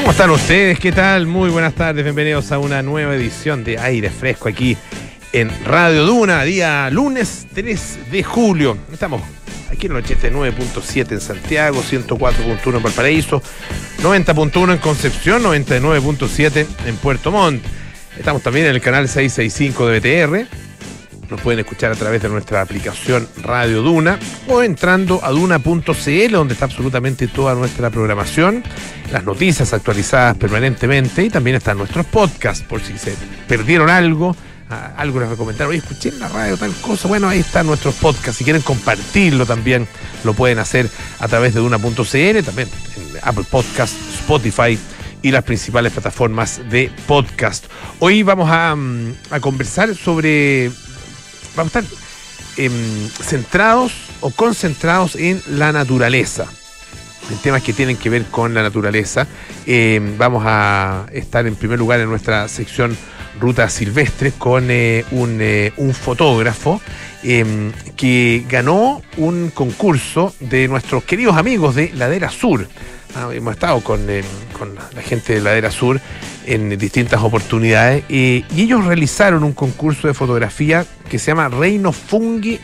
¿Cómo están ustedes? ¿Qué tal? Muy buenas tardes, bienvenidos a una nueva edición de Aire Fresco aquí en Radio Duna, día lunes 3 de julio. Estamos aquí en el 89.7 en Santiago, 104.1 en Valparaíso, 90.1 en Concepción, 99.7 en Puerto Montt. Estamos también en el canal 665 de BTR. Nos pueden escuchar a través de nuestra aplicación Radio Duna o entrando a duna.cl, donde está absolutamente toda nuestra programación, las noticias actualizadas permanentemente, y también están nuestros podcasts, por si se perdieron algo les recomendaron, oye, escuché en la radio tal cosa, bueno, ahí están nuestros podcasts. Si quieren compartirlo también lo pueden hacer a través de duna.cl, también en Apple Podcasts, Spotify y las principales plataformas de podcast. Hoy vamos a conversar sobre... Vamos a estar centrados o concentrados en la naturaleza, en temas que tienen que ver con la naturaleza. Vamos a estar en primer lugar en nuestra sección Rutas Silvestres con un fotógrafo que ganó un concurso de nuestros queridos amigos de Ladera Sur. Hemos estado con la gente de Ladera Sur en distintas oportunidades y ellos realizaron un concurso de fotografía que se llama Reino Fungi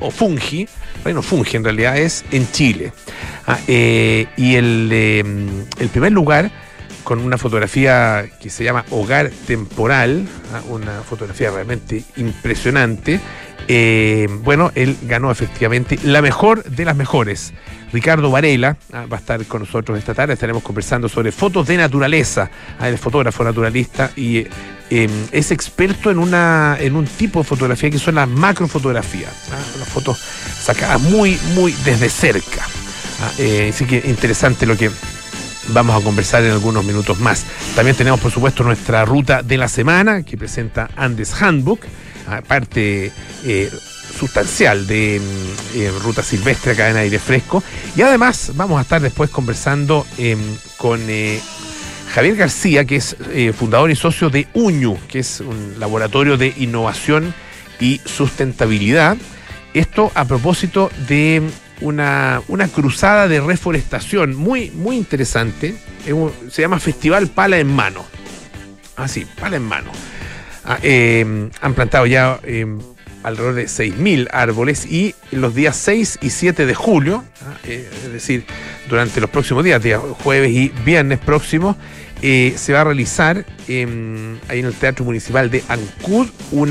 en realidad es en Chile. Y el primer lugar, con una fotografía que se llama Hogar Temporal, una fotografía realmente impresionante. Bueno, él ganó efectivamente la mejor de las mejores. Ricardo Varela va a estar con nosotros esta tarde. Estaremos conversando sobre fotos de naturaleza. Él es fotógrafo naturalista y es experto en un tipo de fotografía que son las macrofotografías, las fotos sacadas muy desde cerca. Así que interesante lo que vamos a conversar en algunos minutos más. También tenemos, por supuesto, nuestra ruta de la semana que presenta Andes Handbook, parte sustancial de Ruta Silvestre acá en Aire Fresco. Y además vamos a estar después conversando con Javier García, que es fundador y socio de UNIU, que es un laboratorio de innovación y sustentabilidad. Esto a propósito de una cruzada de reforestación muy interesante. Se llama Festival Pala en Mano. Pala en Mano. Han plantado ya alrededor de 6.000 árboles y los días 6 y 7 de julio, es decir, durante los próximos días jueves y viernes próximos, se va a realizar ahí en el Teatro Municipal de Ancud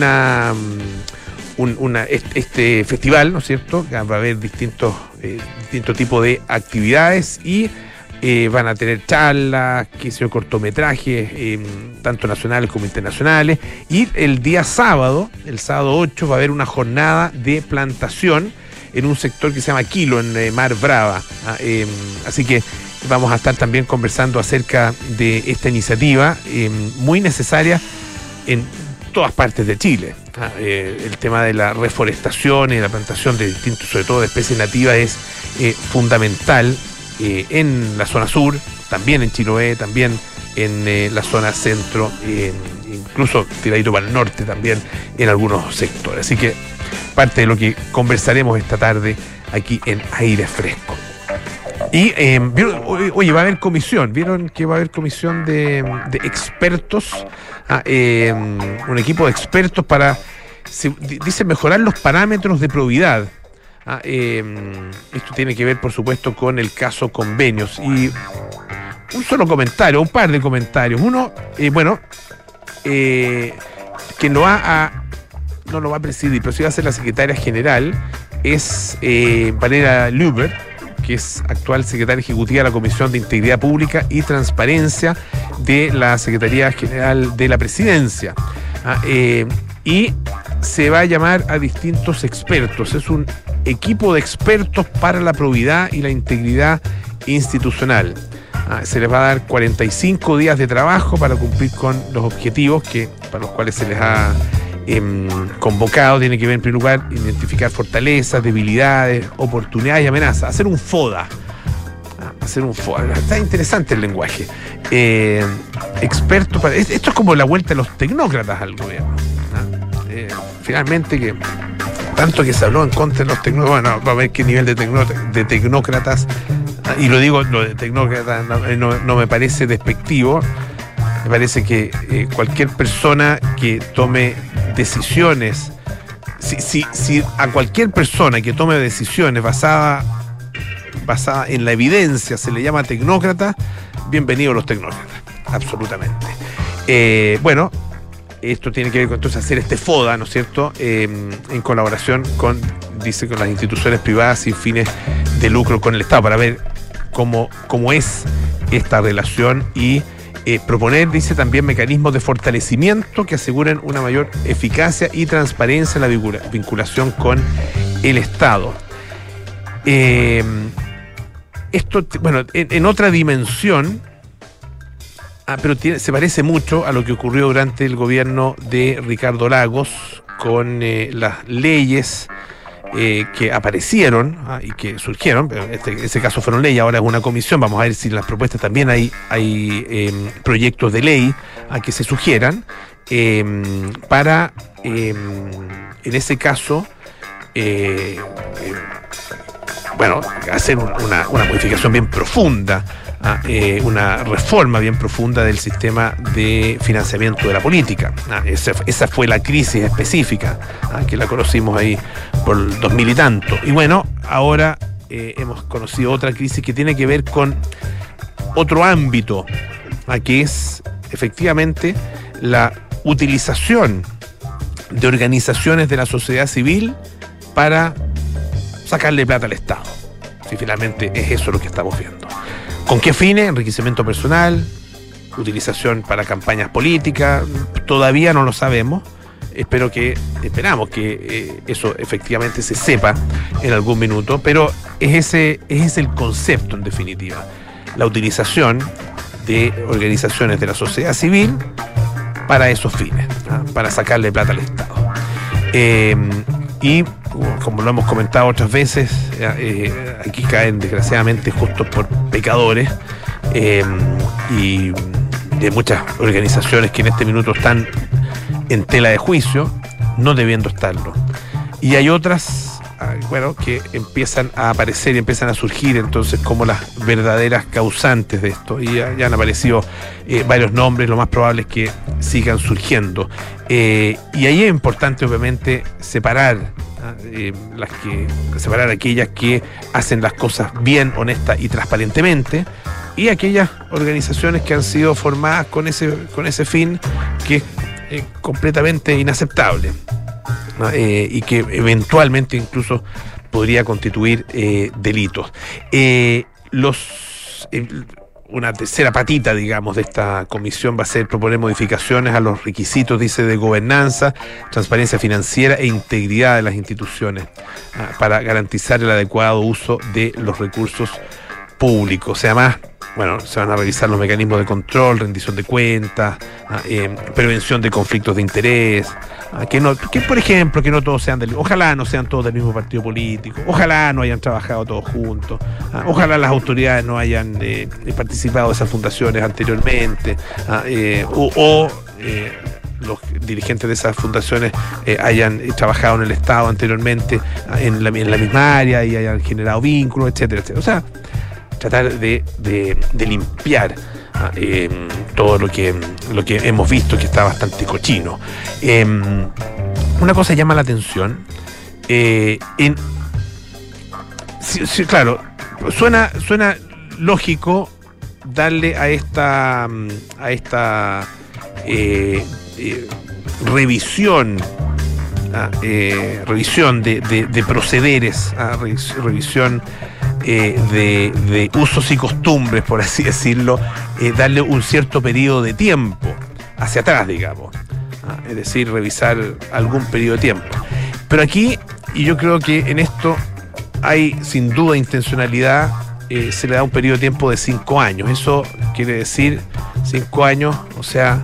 este festival, ¿no es cierto? Va a haber distintos tipos de actividades y van a tener charlas, cortometrajes, tanto nacionales como internacionales. Y el día sábado, el sábado 8, va a haber una jornada de plantación en un sector que se llama Quilo, en Mar Brava. Así que vamos a estar también conversando acerca de esta iniciativa muy necesaria en todas partes de Chile. El tema de la reforestación y la plantación de distintos, sobre todo de especies nativas, es fundamental en la zona sur, también en Chiloé, también en la zona centro, incluso tiradito para el norte también en algunos sectores. Así que parte de lo que conversaremos esta tarde aquí en Aire Fresco. Y oye, va a haber comisión. ¿Vieron que va a haber comisión de expertos? Un equipo de expertos para, dicen, mejorar los parámetros de probidad. Esto tiene que ver, por supuesto, con el caso convenios. Y un solo comentario, un par de comentarios. Uno, quien no lo va a presidir, pero sí va a ser la secretaria general, es Valeria Luber, que es actual secretaria ejecutiva de la Comisión de Integridad Pública y Transparencia de la Secretaría General de la Presidencia. Y se va a llamar a distintos expertos. Es un equipo de expertos para la probidad y la integridad institucional. Se les va a dar 45 días de trabajo para cumplir con los objetivos para los cuales se les ha convocado. Tiene que ver, en primer lugar, identificar fortalezas, debilidades, oportunidades y amenazas. Hacer un FODA. Está interesante el lenguaje. Experto para... Esto es como la vuelta de los tecnócratas al gobierno. Finalmente, que tanto que se habló en contra de los tecnócratas, bueno, va a ver qué nivel de tecnócratas Y lo digo, lo de tecnócrata no me parece despectivo. Me parece que cualquier persona que tome decisiones, si a cualquier persona que tome decisiones basada en la evidencia se le llama tecnócrata, bienvenidos los tecnócratas, absolutamente. Bueno, esto tiene que ver con entonces hacer este FODA, ¿no es cierto?, en colaboración con las instituciones privadas sin fines de lucro con el Estado, para ver cómo es esta relación y proponer, dice, también mecanismos de fortalecimiento que aseguren una mayor eficacia y transparencia en la vinculación con el Estado. Esto, bueno, en otra dimensión, pero se parece mucho a lo que ocurrió durante el gobierno de Ricardo Lagos con las leyes que aparecieron y que surgieron, pero ese caso fueron leyes, ahora es una comisión. Vamos a ver si en las propuestas también hay proyectos de ley que se sugieran para, en ese caso, bueno, hacer una modificación bien profunda, una reforma bien profunda del sistema de financiamiento de la política. Esa fue la crisis específica, que la conocimos ahí por el 2000 y tanto. Y bueno, ahora hemos conocido otra crisis que tiene que ver con otro ámbito, que es efectivamente la utilización de organizaciones de la sociedad civil para sacarle plata al Estado. Si finalmente es eso lo que estamos viendo. ¿Con qué fines? Enriquecimiento personal, utilización para campañas políticas, todavía no lo sabemos. Esperamos que eso efectivamente se sepa en algún minuto, pero ese es el concepto en definitiva. La utilización de organizaciones de la sociedad civil para esos fines, para sacarle plata al Estado. Y como lo hemos comentado otras veces, aquí caen desgraciadamente justo por pecadores, y de muchas organizaciones que en este minuto están en tela de juicio, no debiendo estarlo. Y hay otras, bueno, que empiezan a aparecer y empiezan a surgir entonces como las verdaderas causantes de esto. Y ya han aparecido varios nombres, lo más probable es que sigan surgiendo. Y ahí es importante, obviamente, separar aquellas que hacen las cosas bien, honestas y transparentemente, y aquellas organizaciones que han sido formadas con ese fin, que es completamente inaceptable, y que eventualmente incluso podría constituir delitos. Una tercera patita, digamos, de esta comisión va a ser proponer modificaciones a los requisitos, dice, de gobernanza, transparencia financiera e integridad de las instituciones, para garantizar el adecuado uso de los recursos públicos. Además, bueno, se van a revisar los mecanismos de control, rendición de cuentas, prevención de conflictos de interés, que por ejemplo, que no todos sean ojalá no sean todos del mismo partido político, ojalá no hayan trabajado todos juntos, ojalá las autoridades no hayan participado de esas fundaciones anteriormente, los dirigentes de esas fundaciones hayan trabajado en el Estado anteriormente en la misma área y hayan generado vínculos, etcétera, etcétera. O sea, tratar de limpiar todo lo que hemos visto, que está bastante cochino. Una cosa llama la atención. Claro, suena lógico darle a esta revisión de procederes, revisión de usos y costumbres, por así decirlo, darle un cierto periodo de tiempo hacia atrás, digamos, es decir, revisar algún periodo de tiempo. Pero aquí, y yo creo que en esto hay sin duda intencionalidad, se le da un periodo de tiempo de 5 años. Eso quiere decir 5 años, o sea,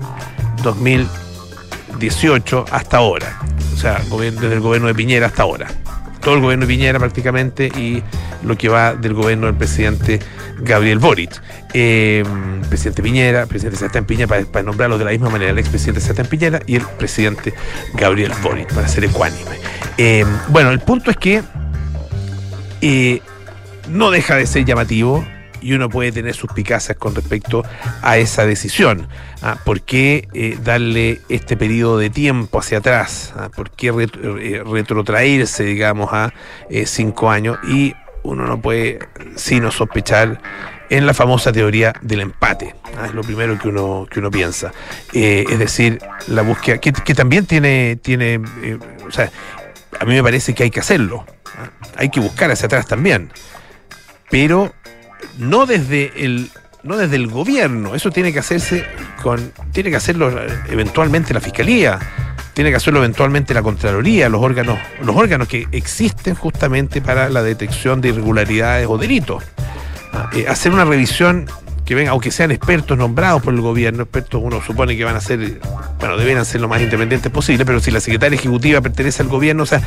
2018 hasta ahora, o sea, desde el gobierno de Piñera hasta ahora. Todo el gobierno de Piñera prácticamente, y lo que va del gobierno del presidente Gabriel Boric. Presidente Piñera, presidente Sebastián Piñera, para nombrarlos de la misma manera, el expresidente Sebastián Piñera y el presidente Gabriel Boric, para ser ecuánime. Bueno, el punto es que no deja de ser llamativo y uno puede tener suspicacias con respecto a esa decisión. ¿Por qué darle este periodo de tiempo hacia atrás? ¿Por qué retrotraerse, digamos, a 5 años? Y uno no puede sino sospechar en la famosa teoría del empate. Es lo primero que uno piensa. Es decir, la búsqueda, que también tiene o sea, a mí me parece que hay que hacerlo. Hay que buscar hacia atrás también. Pero no desde el gobierno. Eso tiene que hacerlo eventualmente la Fiscalía, tiene que hacerlo eventualmente la Contraloría, los órganos que existen justamente para la detección de irregularidades o delitos. Hacer una revisión que venga, aunque sean expertos nombrados por el gobierno, expertos uno supone que van a ser, bueno, deberían ser lo más independientes posible, pero si la secretaria ejecutiva pertenece al gobierno, o sea,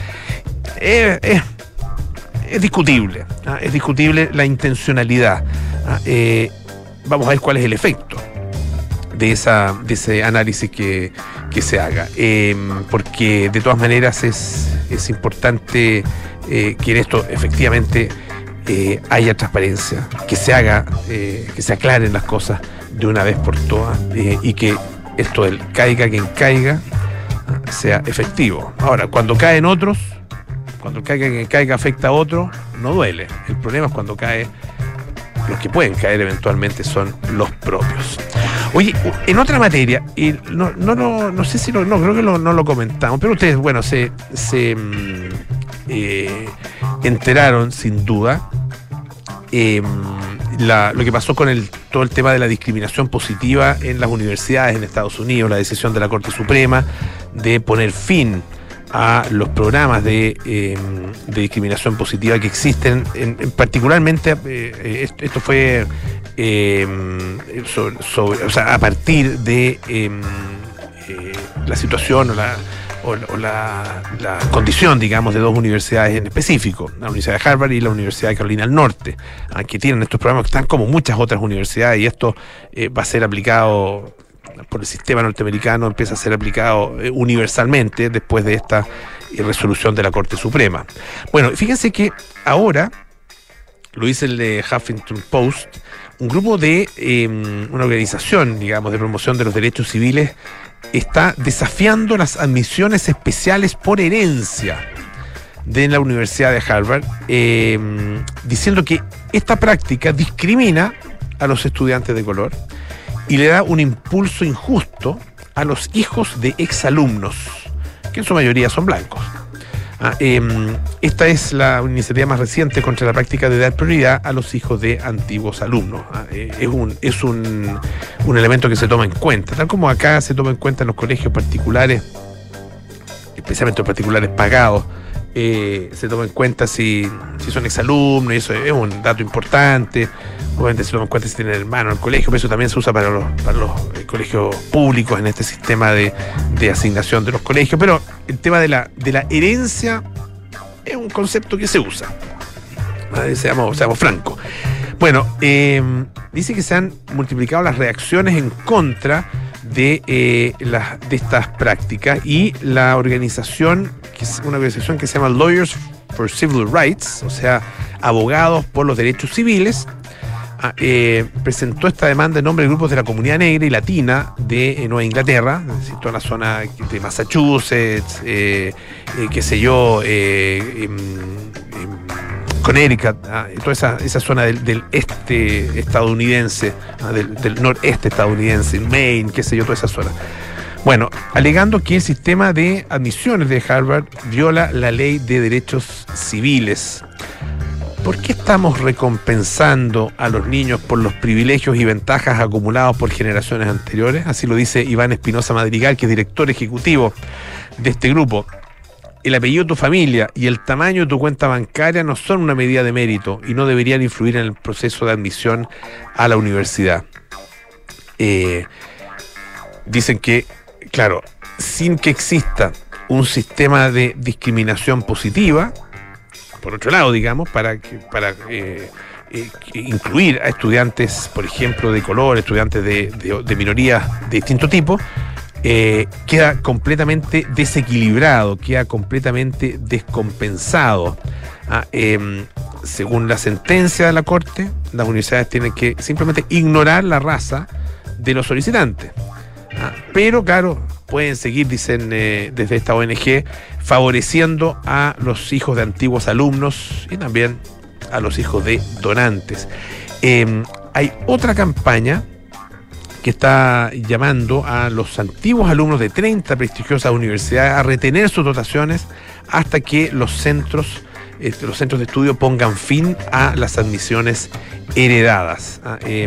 es discutible, es discutible la intencionalidad. Vamos a ver cuál es el efecto de ese análisis que se haga, porque de todas maneras es importante que en esto efectivamente haya transparencia, que se aclaren las cosas de una vez por todas, y que esto del caiga quien caiga sea efectivo. Ahora, cuando caen otros, cuando el caiga quien caiga afecta a otro, no duele. El problema es cuando los que pueden caer eventualmente son los propios. Oye, en otra materia, no sé si creo que no lo comentamos, pero ustedes, bueno, se enteraron sin duda lo que pasó con todo el tema de la discriminación positiva en las universidades en Estados Unidos, la decisión de la Corte Suprema de poner fin a los programas de discriminación positiva que existen, particularmente esto fue o sea, a partir de la situación o la condición, digamos, de dos universidades en específico, la Universidad de Harvard y la Universidad de Carolina del Norte, que tienen estos programas que están como muchas otras universidades, y esto va a ser aplicado por el sistema norteamericano, empieza a ser aplicado universalmente después de esta resolución de la Corte Suprema. Bueno, fíjense que ahora, lo dice el Huffington Post, un grupo de una organización, digamos, de promoción de los derechos civiles está desafiando las admisiones especiales por herencia de la Universidad de Harvard, diciendo que esta práctica discrimina a los estudiantes de color y le da un impulso injusto a los hijos de exalumnos, que en su mayoría son blancos. Esta es la iniciativa más reciente contra la práctica de dar prioridad a los hijos de antiguos alumnos. Es un elemento que se toma en cuenta, tal como acá se toma en cuenta en los colegios particulares, especialmente los particulares pagados. Se toma en cuenta si son exalumnos, y eso es un dato importante. Obviamente se toma en cuenta si tienen hermano en el colegio, pero eso también se usa para los colegios públicos en este sistema de asignación de los colegios. Pero el tema de la herencia es un concepto que se usa. Seamos francos. Bueno, dice que se han multiplicado las reacciones en contra de estas prácticas, y la organización, que es una organización que se llama Lawyers for Civil Rights, o sea, abogados por los derechos civiles, presentó esta demanda en nombre de grupos de la comunidad negra y latina de Nueva Inglaterra, es decir, toda la zona de Massachusetts, qué sé yo, Connecticut, toda esa zona del este estadounidense, del noreste estadounidense, Maine, qué sé yo, toda esa zona. Bueno, alegando que el sistema de admisiones de Harvard viola la ley de derechos civiles. ¿Por qué estamos recompensando a los niños por los privilegios y ventajas acumulados por generaciones anteriores? Así lo dice Iván Espinosa Madrigal, que es director ejecutivo de este grupo. El apellido de tu familia y el tamaño de tu cuenta bancaria no son una medida de mérito y no deberían influir en el proceso de admisión a la universidad. Dicen que, claro, sin que exista un sistema de discriminación positiva, por otro lado, digamos, para incluir a estudiantes, por ejemplo, de color, estudiantes de minorías de distinto tipo, queda completamente desequilibrado, queda completamente descompensado. según la sentencia de la Corte, las universidades tienen que simplemente ignorar la raza de los solicitantes. Pero claro, pueden seguir, dicen desde esta ONG, favoreciendo a los hijos de antiguos alumnos y también a los hijos de donantes. Hay otra campaña que está llamando a los antiguos alumnos de 30 prestigiosas universidades a retener sus dotaciones hasta que los centros de estudio pongan fin a las admisiones heredadas.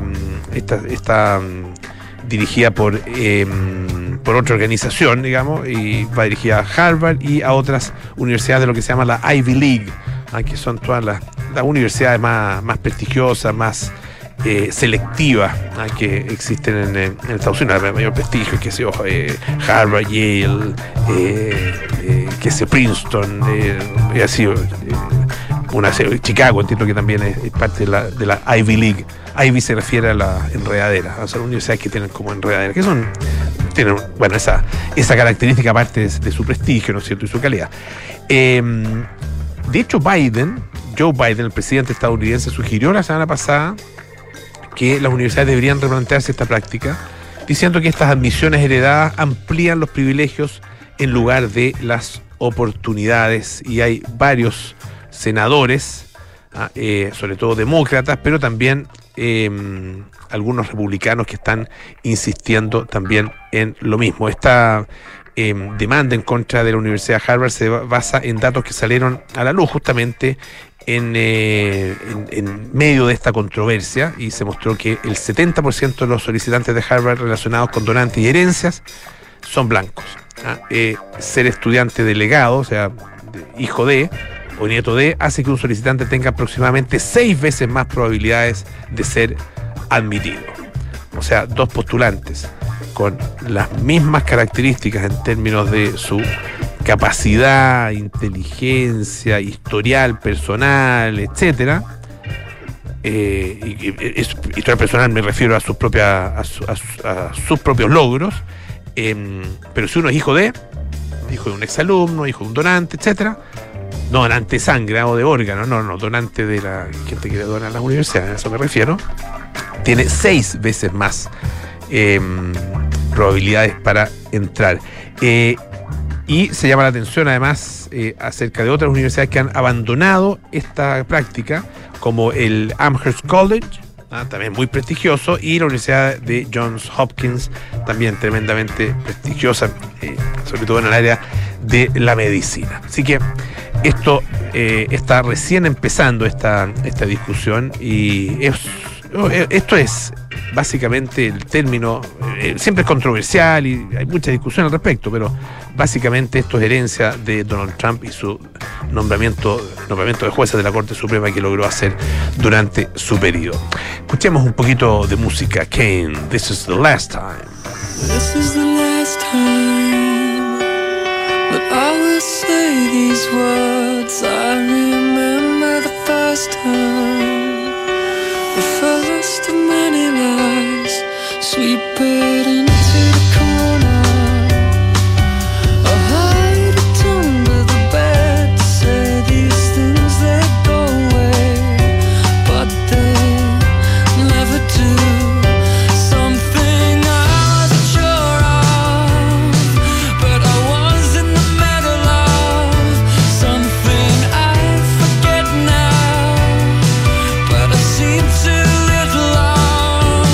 Está dirigida por otra organización, digamos, y va dirigida a Harvard y a otras universidades de lo que se llama la Ivy League, que son todas las universidades más prestigiosas, más selectivas que existen en Estados Unidos, de mayor prestigio, que sea Harvard, Yale, que sea Princeton, y así Chicago, entiendo que también es parte de la Ivy League. Ivy se refiere a la enredadera, o sea, universidades que tienen como enredadera, que tienen, bueno, esa característica aparte de su prestigio, ¿no es cierto?, y su calidad. De hecho, Joe Biden, el presidente estadounidense, sugirió la semana pasada que las universidades deberían replantearse esta práctica, diciendo que estas admisiones heredadas amplían los privilegios en lugar de las oportunidades, y hay varios senadores, sobre todo demócratas, pero también algunos republicanos que están insistiendo también en lo mismo. Esta demanda en contra de la Universidad de Harvard se basa en datos que salieron a la luz justamente en medio de esta controversia, y se mostró que el 70% de los solicitantes de Harvard relacionados con donantes y herencias son blancos. Ser estudiante de legado, o sea, hijo de o nieto de, hace que un solicitante tenga aproximadamente 6 veces más probabilidades de ser admitido. O sea, 2 postulantes con las mismas características en términos de su capacidad, inteligencia, historial personal, etcétera. Historial personal me refiero a sus propios logros. Pero si uno es hijo de un exalumno, hijo de un donante, etcétera, no donante de sangre o de órganos, no, donante de la gente que le dona a las universidades, a eso me refiero, tiene 6 veces más probabilidades para entrar. Y se llama la atención además acerca de otras universidades que han abandonado esta práctica, como el Amherst College, también muy prestigioso, y la Universidad de Johns Hopkins, también tremendamente prestigiosa, sobre todo en el área de la medicina. Así que esto está recién empezando esta discusión, y esto es básicamente el término, siempre es controversial y hay mucha discusión al respecto, pero básicamente esto es herencia de Donald Trump y su nombramiento de jueces de la Corte Suprema que logró hacer durante su periodo. Escuchemos un poquito de música. Kane, This is the Last Time. This is the last time that I will say these words. I remember the first time, the first of many lies, sweep it into the corner. I hide it under the bed to say these things that go away, but they never do. Something I wasn't sure of, but I was in the middle of. Something I forget now, but I've seen too little of.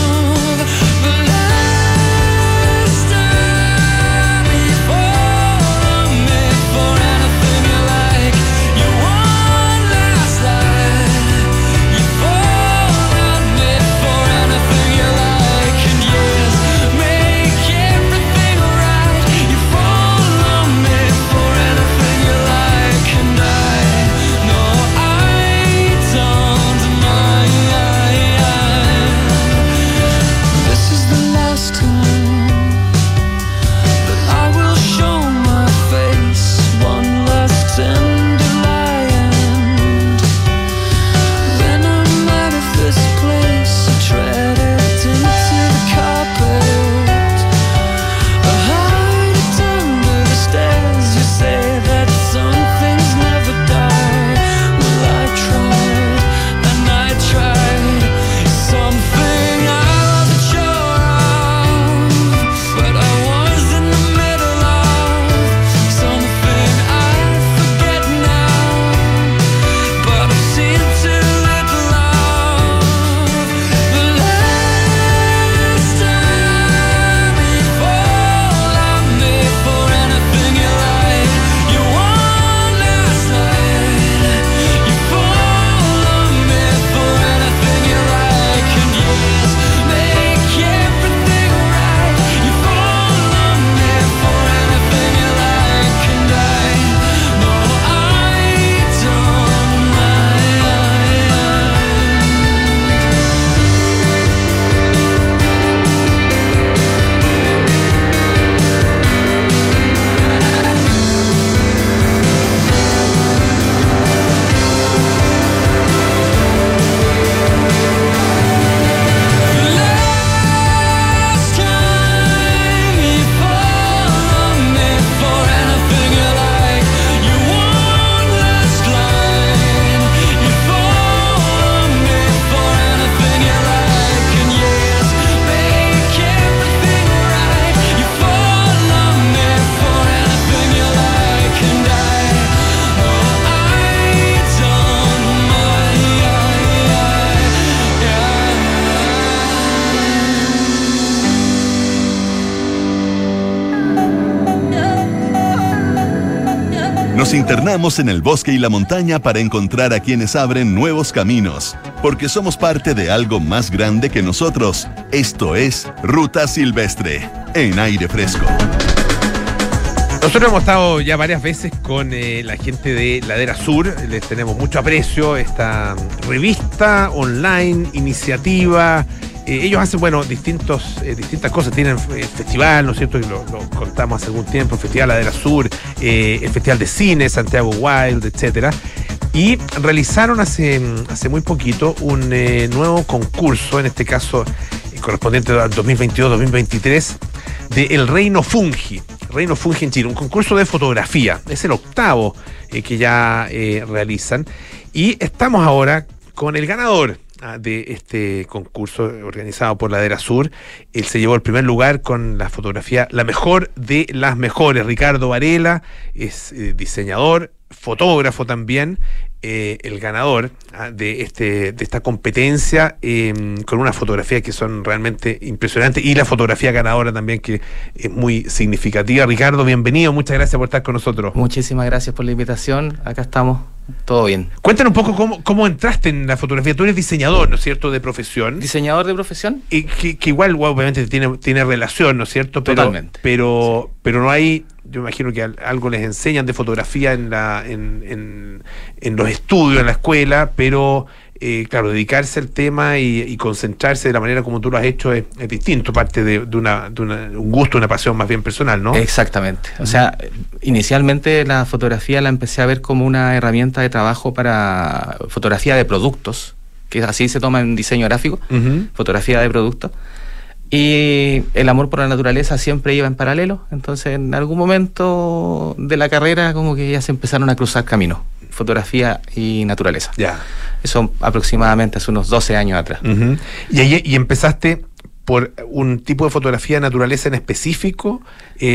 Nos internamos en el bosque y la montaña para encontrar a quienes abren nuevos caminos, porque somos parte de algo más grande que nosotros. Esto es Ruta Silvestre, en Aire Fresco. Nosotros hemos estado ya varias veces con la gente de Ladera Sur, les tenemos mucho aprecio, esta revista online, iniciativa. Ellos hacen, distintas cosas, tienen festival, ¿no es cierto? Lo contamos hace algún tiempo, el Festival Ladera Sur, el Festival de Cine, Santiago Wild, etcétera. Y realizaron hace muy poquito un nuevo concurso, en este caso correspondiente al 2022-2023, de El Reino Fungi en Chile, un concurso de fotografía. Es el octavo que ya realizan. Y estamos ahora con el ganador de este concurso organizado por Ladera Sur. Él se llevó el primer lugar con la fotografía La Mejor de las Mejores. Ricardo Varela es diseñador, fotógrafo también, el ganador de esta competencia, con unas fotografías que son realmente impresionantes, y la fotografía ganadora también, que es muy significativa. Ricardo, bienvenido, muchas gracias por estar con nosotros. Muchísimas gracias por la invitación, acá estamos, todo bien. Cuéntanos un poco cómo entraste en la fotografía. Tú eres diseñador, ¿no es cierto?, de profesión. ¿Diseñador de profesión? Y que igual, obviamente, tiene relación, ¿no es cierto? Totalmente. Pero no hay... Yo imagino que algo les enseñan de fotografía en los estudios, en la escuela, pero claro, dedicarse al tema y concentrarse de la manera como tú lo has hecho es distinto, parte de un gusto, una pasión más bien personal, ¿no? Exactamente. O sea, inicialmente la fotografía la empecé a ver como una herramienta de trabajo para fotografía de productos, que así se toma en diseño gráfico, fotografía de productos. Y el amor por la naturaleza siempre iba en paralelo, entonces en algún momento de la carrera como que ya se empezaron a cruzar caminos, fotografía y naturaleza. Ya. Eso aproximadamente hace unos 12 años atrás. Y empezaste por un tipo de fotografía de naturaleza en específico.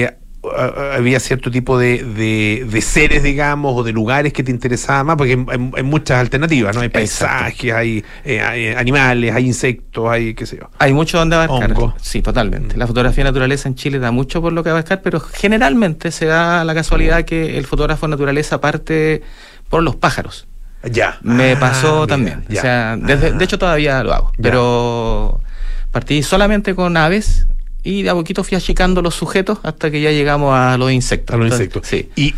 Había cierto tipo de seres, digamos, o de lugares que te interesaban más, porque hay muchas alternativas, ¿no? Hay paisajes, hay animales, hay insectos, hay qué sé yo. Hay mucho donde abarcar. Hongo. Sí, totalmente. La fotografía de naturaleza en Chile da mucho por lo que abarcar, pero generalmente se da la casualidad que el fotógrafo de naturaleza parte por los pájaros. Ya. Me pasó mira, también. Ya. O sea, de hecho todavía lo hago. Ya. Pero partí solamente con aves y de a poquito fui achicando los sujetos hasta que ya llegamos a los insectos. Sí. Y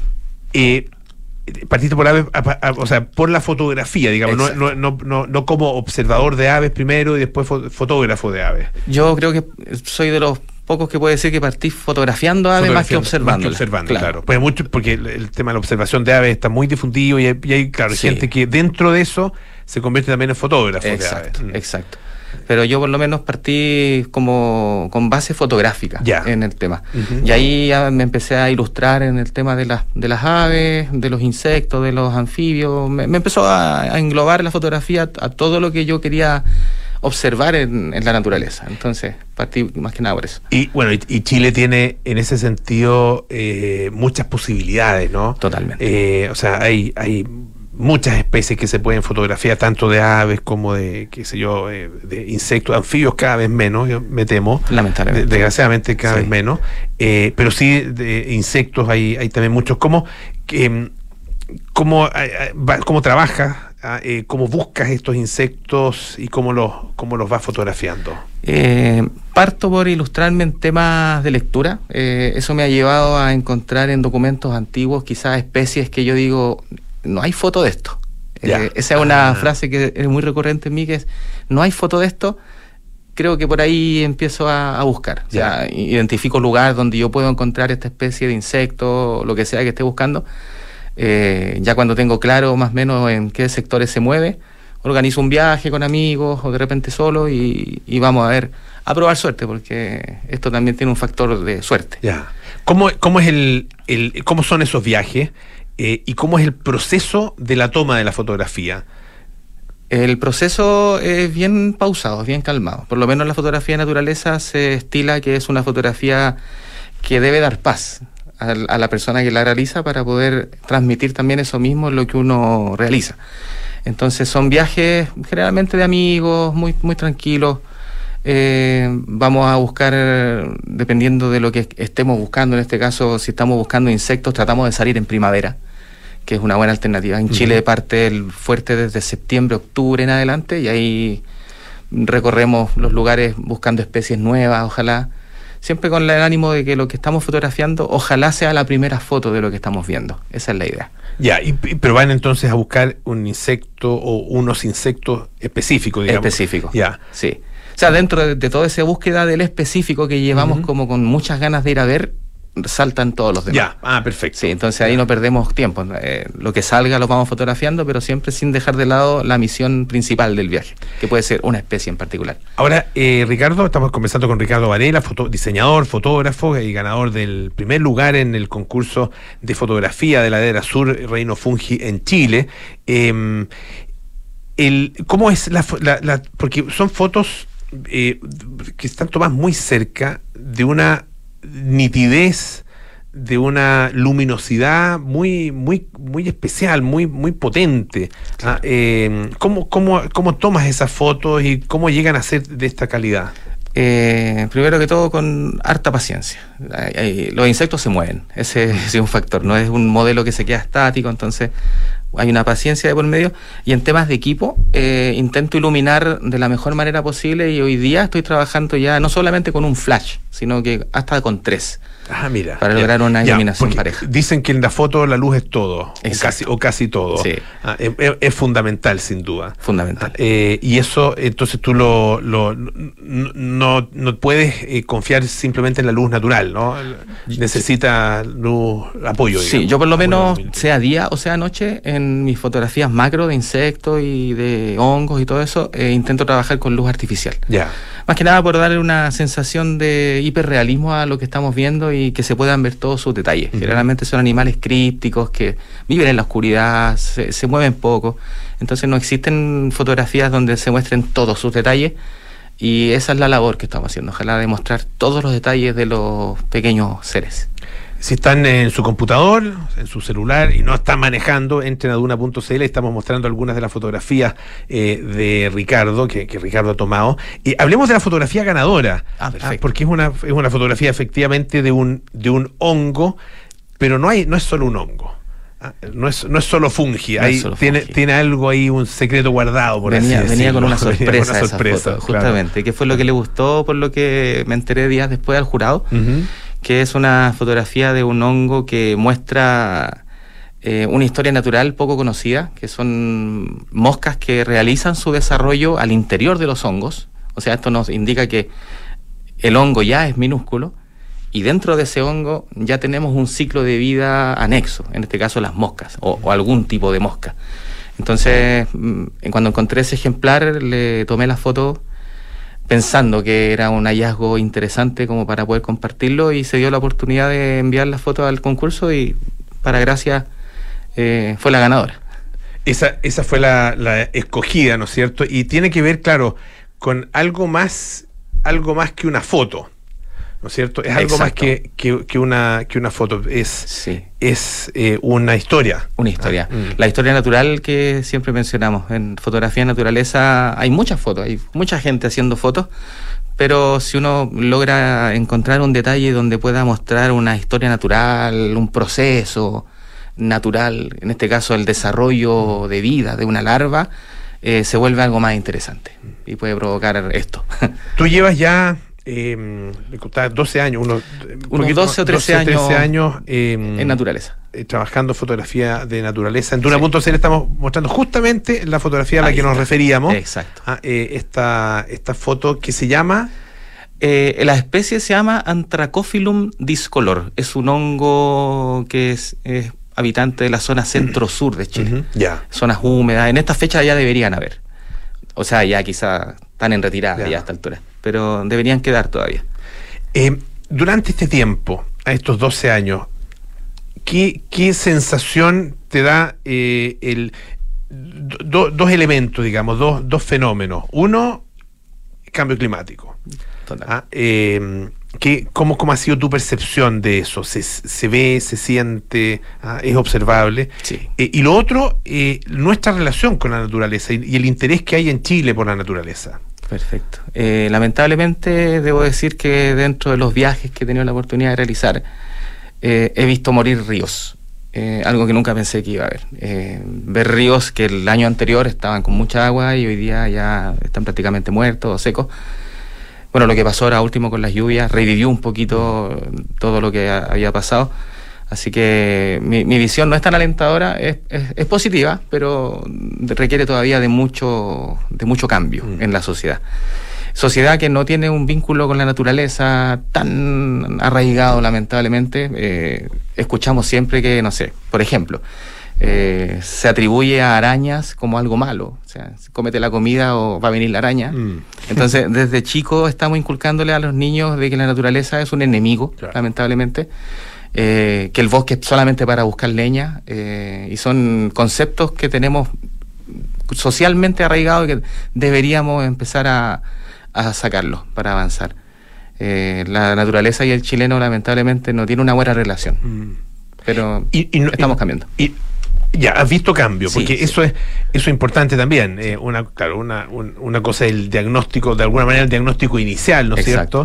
partiste por aves, o sea, por la fotografía, digamos, no como observador de aves primero y después fotógrafo de aves. Yo creo que soy de los pocos que puede decir que partí fotografiando aves más que observando. Claro. Pues mucho, porque el tema de la observación de aves está muy difundido y hay claro, gente que dentro de eso se convierte también en fotógrafo de aves. Exacto. Pero yo por lo menos partí como con base fotográfica en el tema. Y ahí ya me empecé a ilustrar en el tema de las aves, de los insectos, de los anfibios. Me empezó a englobar la fotografía a todo lo que yo quería observar en la naturaleza. Entonces partí más que nada por eso. Y bueno, y Chile tiene en ese sentido muchas posibilidades, ¿no? Totalmente. O sea, hay muchas especies que se pueden fotografiar, tanto de aves como de, qué sé yo, de insectos, anfibios cada vez menos, yo me temo. Lamentablemente. Desgraciadamente cada vez menos. Pero sí, de insectos hay también muchos. ¿Cómo trabajas? ¿Cómo buscas estos insectos y cómo los vas fotografiando? Parto por ilustrarme en temas de lectura. Eso me ha llevado a encontrar en documentos antiguos quizás especies que yo digo, no hay foto de esto. Esa es una frase que es muy recurrente en mí, que es, no hay foto de esto. Creo que por ahí empiezo a buscar. O sea, identifico lugar donde yo puedo encontrar esta especie de insecto, lo que sea que esté buscando. Ya cuando tengo claro más o menos en qué sectores se mueve, organizo un viaje con amigos o de repente solo y vamos a probar suerte, porque esto también tiene un factor de suerte. ¿Cómo son esos viajes? ¿Y cómo es el proceso de la toma de la fotografía? El proceso es bien pausado, es bien calmado. Por lo menos la fotografía de naturaleza se estila que es una fotografía que debe dar paz a la persona que la realiza para poder transmitir también eso mismo en lo que uno realiza. Entonces son viajes generalmente de amigos, muy, muy tranquilos. Vamos a buscar, dependiendo de lo que estemos buscando, en este caso si estamos buscando insectos, tratamos de salir en primavera, que es una buena alternativa. En Chile parte el fuerte desde septiembre, octubre en adelante, y ahí recorremos los lugares buscando especies nuevas, ojalá, siempre con el ánimo de que lo que estamos fotografiando, ojalá sea la primera foto de lo que estamos viendo. Esa es la idea. Ya, pero van entonces a buscar un insecto o unos insectos específicos, digamos. Específicos, ya. Sí. O sea, dentro de toda esa búsqueda del específico que llevamos como con muchas ganas de ir a ver, saltan todos los demás. Ya, perfecto. Sí, entonces ahí no perdemos tiempo. Lo que salga lo vamos fotografiando, pero siempre sin dejar de lado la misión principal del viaje, que puede ser una especie en particular. Ahora, Ricardo, estamos conversando con Ricardo Varela, diseñador, fotógrafo y ganador del primer lugar en el concurso de fotografía de la Ladera Sur Reino Fungi en Chile. ¿Cómo es porque son fotos que están tomadas muy cerca, de una nitidez, de una luminosidad muy especial, muy potente. Claro. ¿Cómo tomas esas fotos y cómo llegan a ser de esta calidad? Primero que todo, con harta paciencia. Los insectos se mueven, ese es un factor, no es un modelo que se queda estático, entonces hay una paciencia de por medio. Y en temas de equipo, intento iluminar de la mejor manera posible, y hoy día estoy trabajando ya no solamente con un flash, sino que hasta con 3. Mira, para lograr una iluminación pareja. Dicen que en la foto la luz es todo, o casi todo. Sí. Es fundamental, sin duda. Fundamental. Y eso, entonces tú no puedes confiar simplemente en la luz natural, ¿no? Necesita luz, apoyo. Sí, digamos, yo por lo menos, sea día o sea noche, en mis fotografías macro de insectos y de hongos y todo eso, intento trabajar con luz artificial. Ya. Más que nada por darle una sensación de hiperrealismo a lo que estamos viendo y que se puedan ver todos sus detalles. Generalmente son animales crípticos que viven en la oscuridad, se mueven poco, entonces no existen fotografías donde se muestren todos sus detalles, y esa es la labor que estamos haciendo, ojalá demostrar todos los detalles de los pequeños seres. Si están en su computador, en su celular y no están manejando, entren a duna.cl. Estamos mostrando algunas de las fotografías de Ricardo, que Ricardo ha tomado. Hablemos de la fotografía ganadora, porque es una fotografía efectivamente de un hongo, pero no es solo un hongo. No es solo fungi, tiene algo ahí, un secreto guardado, por así decirlo. Venía con una sorpresa, esa foto, justamente, claro. Que fue lo que le gustó, por lo que me enteré días después al jurado, que es una fotografía de un hongo que muestra una historia natural poco conocida, que son moscas que realizan su desarrollo al interior de los hongos. O sea, esto nos indica que el hongo ya es minúsculo, y dentro de ese hongo ya tenemos un ciclo de vida anexo, en este caso las moscas, o algún tipo de mosca. Entonces, cuando encontré ese ejemplar, le tomé la foto pensando que era un hallazgo interesante como para poder compartirlo, y se dio la oportunidad de enviar la foto al concurso, y para gracia fue la ganadora. Esa fue la escogida, ¿no es cierto? Y tiene que ver, claro, con algo más que una foto, ¿no es cierto? Es algo más que una foto. Es una historia. Una historia. La historia natural que siempre mencionamos. En fotografía de naturaleza hay muchas fotos, hay mucha gente haciendo fotos, pero si uno logra encontrar un detalle donde pueda mostrar una historia natural, un proceso natural, en este caso el desarrollo de vida de una larva, se vuelve algo más interesante y puede provocar esto. Tú llevas ya... me contaba 12 años, unos 12 o 13 años en naturaleza, trabajando fotografía de naturaleza. En Duna.cl estamos mostrando justamente la fotografía a la que nos referíamos. Exacto. Esta foto que se llama... la especie se llama Anthracophilum discolor. Es un hongo que es habitante de la zona centro-sur de Chile. Zonas húmedas. En esta fecha ya deberían haber. O sea, ya quizá están en retirada ya a esta altura, pero deberían quedar todavía. Durante este tiempo, a estos 12 años, ¿qué sensación te da dos elementos, digamos, dos fenómenos? Uno, cambio climático. ¿Cómo ha sido tu percepción de eso? ¿Se ve, se siente, es observable? Sí. Y lo otro, nuestra relación con la naturaleza y el interés que hay en Chile por la naturaleza. Perfecto. Lamentablemente debo decir que dentro de los viajes que he tenido la oportunidad de realizar, he visto morir ríos. algo que nunca pensé que iba a haber. Ver ríos que el año anterior estaban con mucha agua y hoy día ya están prácticamente muertos o secos. Bueno, lo que pasó ahora último con las lluvias revivió un poquito todo lo que había pasado. Así que mi visión no es tan alentadora, es positiva, pero requiere todavía de mucho cambio en la sociedad. Sociedad que no tiene un vínculo con la naturaleza tan arraigado, lamentablemente. Escuchamos siempre que, no sé, por ejemplo, se atribuye a arañas como algo malo. O sea, cómete la comida o va a venir la araña. Entonces, desde chico estamos inculcándole a los niños de que la naturaleza es un enemigo, claro, lamentablemente. Que el bosque es solamente para buscar leña, y son conceptos que tenemos socialmente arraigados y que deberíamos empezar a sacarlos para avanzar. La naturaleza y el chileno lamentablemente no tienen una buena relación, pero estamos cambiando. Ya, has visto cambio, porque sí. Eso es importante también. Una cosa es el diagnóstico, de alguna manera el diagnóstico inicial, ¿no es cierto?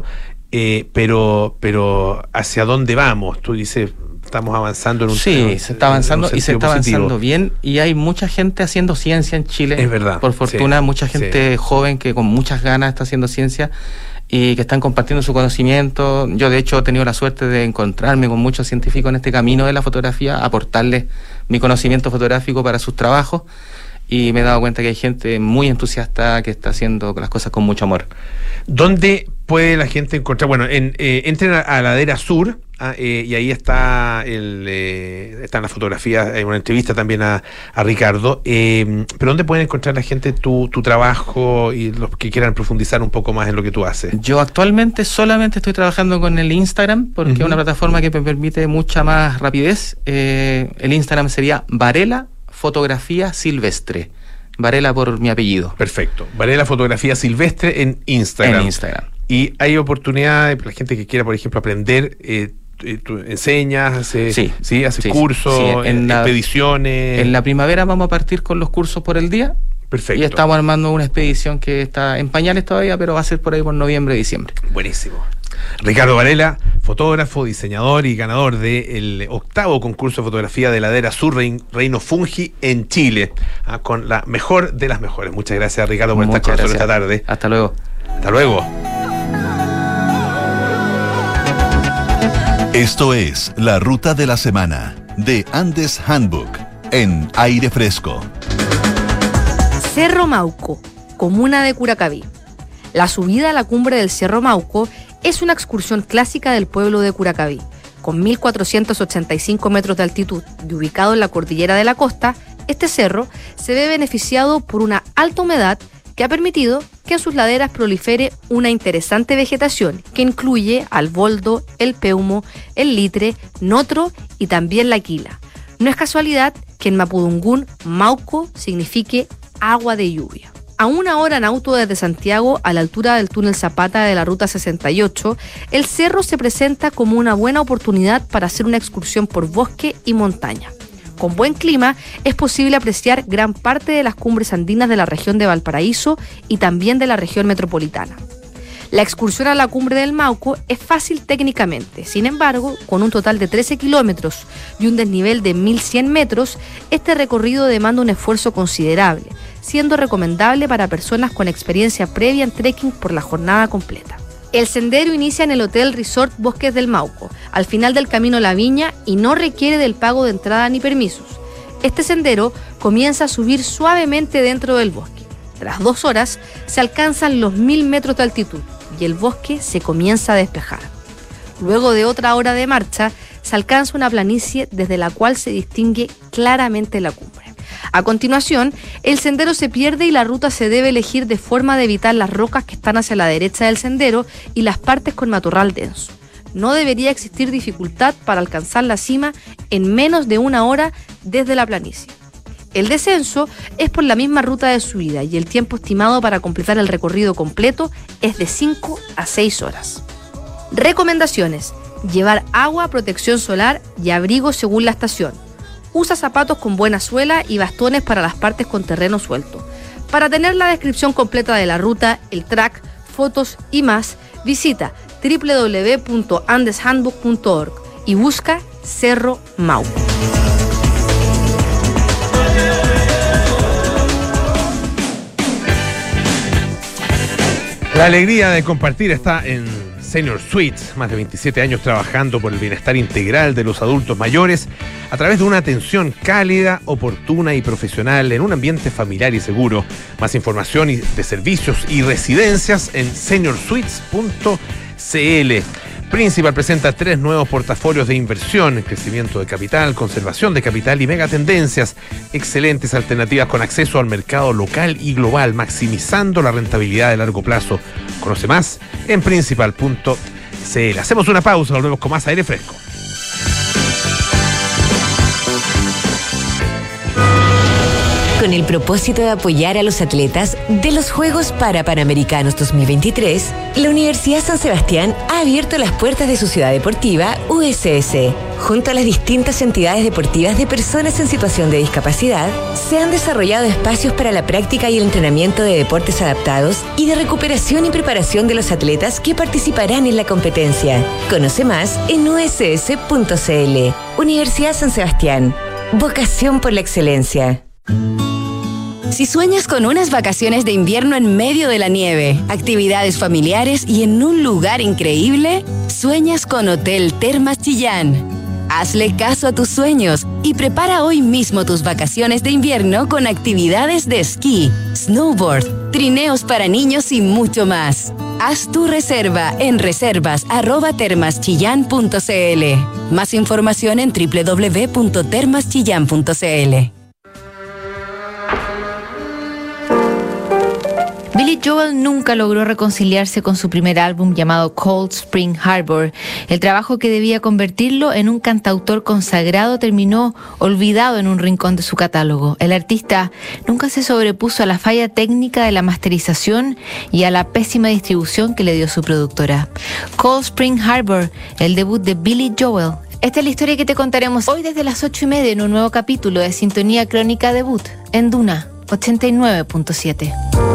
Pero ¿hacia dónde vamos? Tú dices, estamos avanzando en un... Sí, se está avanzando y se está positivo. Avanzando bien, y hay mucha gente haciendo ciencia en Chile. Es verdad. Por fortuna, sí, mucha gente joven que con muchas ganas está haciendo ciencia y que están compartiendo su conocimiento. Yo, de hecho, he tenido la suerte de encontrarme con muchos científicos en este camino de la fotografía, aportarles mi conocimiento fotográfico para sus trabajos, y me he dado cuenta que hay gente muy entusiasta que está haciendo las cosas con mucho amor. ¿Dónde puede la gente encontrar? Bueno, entren a Ladera Sur, y ahí están las fotografías, hay una entrevista también a Ricardo, pero ¿dónde pueden encontrar la gente tu trabajo y los que quieran profundizar un poco más en lo que tú haces? Yo actualmente solamente estoy trabajando con el Instagram, porque es una plataforma que me permite mucha más rapidez. El Instagram sería Varela Fotografía Silvestre. Varela por mi apellido. Perfecto. Varela Fotografía Silvestre en Instagram. En Instagram. Y hay oportunidades para la gente que quiera, por ejemplo, aprender. Tú enseñas, haces cursos, expediciones. En la primavera vamos a partir con los cursos por el día. Perfecto. Y estamos armando una expedición que está en pañales todavía, pero va a ser por ahí por noviembre, diciembre. Buenísimo. Ricardo Varela, fotógrafo, diseñador y ganador del 8º concurso de fotografía de Ladera Sur, Reino Fungi en Chile, con la mejor de las mejores. Muchas gracias, Ricardo, por estar con nosotros esta tarde. Hasta luego. Hasta luego. Esto es La Ruta de la Semana de Andes Handbook en Aire Fresco. Cerro Mauco, comuna de Curacaví. La subida a la cumbre del Cerro Mauco es una excursión clásica del pueblo de Curacaví. Con 1.485 metros de altitud y ubicado en la cordillera de la costa, este cerro se ve beneficiado por una alta humedad que ha permitido que en sus laderas prolifere una interesante vegetación que incluye al boldo, el peumo, el litre, notro y también la quila. No es casualidad que en mapudungún Mauco signifique agua de lluvia. A 1 hora en auto desde Santiago, a la altura del túnel Zapata de la Ruta 68, el cerro se presenta como una buena oportunidad para hacer una excursión por bosque y montaña. Con buen clima es posible apreciar gran parte de las cumbres andinas de la región de Valparaíso y también de la región metropolitana. La excursión a la cumbre del Mauco es fácil técnicamente, sin embargo, con un total de 13 kilómetros y un desnivel de 1.100 metros, este recorrido demanda un esfuerzo considerable, siendo recomendable para personas con experiencia previa en trekking por la jornada completa. El sendero inicia en el Hotel Resort Bosques del Mauco, al final del camino La Viña, y no requiere del pago de entrada ni permisos. Este sendero comienza a subir suavemente dentro del bosque. Tras 2 horas se alcanzan los 1.000 metros de altitud y el bosque se comienza a despejar. Luego de otra hora de marcha, se alcanza una planicie desde la cual se distingue claramente la cumbre. A continuación, el sendero se pierde y la ruta se debe elegir de forma de evitar las rocas que están hacia la derecha del sendero y las partes con matorral denso. No debería existir dificultad para alcanzar la cima en menos de 1 hora desde la planicie. El descenso es por la misma ruta de subida y el tiempo estimado para completar el recorrido completo es de 5 a 6 horas. Recomendaciones: llevar agua, protección solar y abrigo según la estación. Usa zapatos con buena suela y bastones para las partes con terreno suelto. Para tener la descripción completa de la ruta, el track, fotos y más, visita www.andeshandbook.org y busca Cerro Mauco. La alegría de compartir está en Senior Suites, más de 27 años trabajando por el bienestar integral de los adultos mayores a través de una atención cálida, oportuna y profesional en un ambiente familiar y seguro. Más información de servicios y residencias en seniorsuites.cl. Principal presenta 3 nuevos portafolios de inversión, crecimiento de capital, conservación de capital y megatendencias. Excelentes alternativas con acceso al mercado local y global, maximizando la rentabilidad de largo plazo. Conoce más en principal.cl. Hacemos una pausa, volvemos con más aire fresco. Con el propósito de apoyar a los atletas de los Juegos Panamericanos 2023, la Universidad San Sebastián ha abierto las puertas de su ciudad deportiva, USS. Junto a las distintas entidades deportivas de personas en situación de discapacidad, se han desarrollado espacios para la práctica y el entrenamiento de deportes adaptados y de recuperación y preparación de los atletas que participarán en la competencia. Conoce más en uss.cl. Universidad San Sebastián. Vocación por la excelencia. Si sueñas con unas vacaciones de invierno en medio de la nieve, actividades familiares y en un lugar increíble, sueñas con Hotel Termas Chillán. Hazle caso a tus sueños y prepara hoy mismo tus vacaciones de invierno con actividades de esquí, snowboard, trineos para niños y mucho más. Haz tu reserva en reservas@termaschillan.cl. Más información en www.termaschillan.cl. Billy Joel nunca logró reconciliarse con su primer álbum llamado Cold Spring Harbor. El trabajo que debía convertirlo en un cantautor consagrado terminó olvidado en un rincón de su catálogo. El artista nunca se sobrepuso a la falla técnica de la masterización y a la pésima distribución que le dio su productora. Cold Spring Harbor, el debut de Billy Joel. Esta es la historia que te contaremos hoy desde las 8:30 en un nuevo capítulo de Sintonía Crónica Debut en Duna 89.7.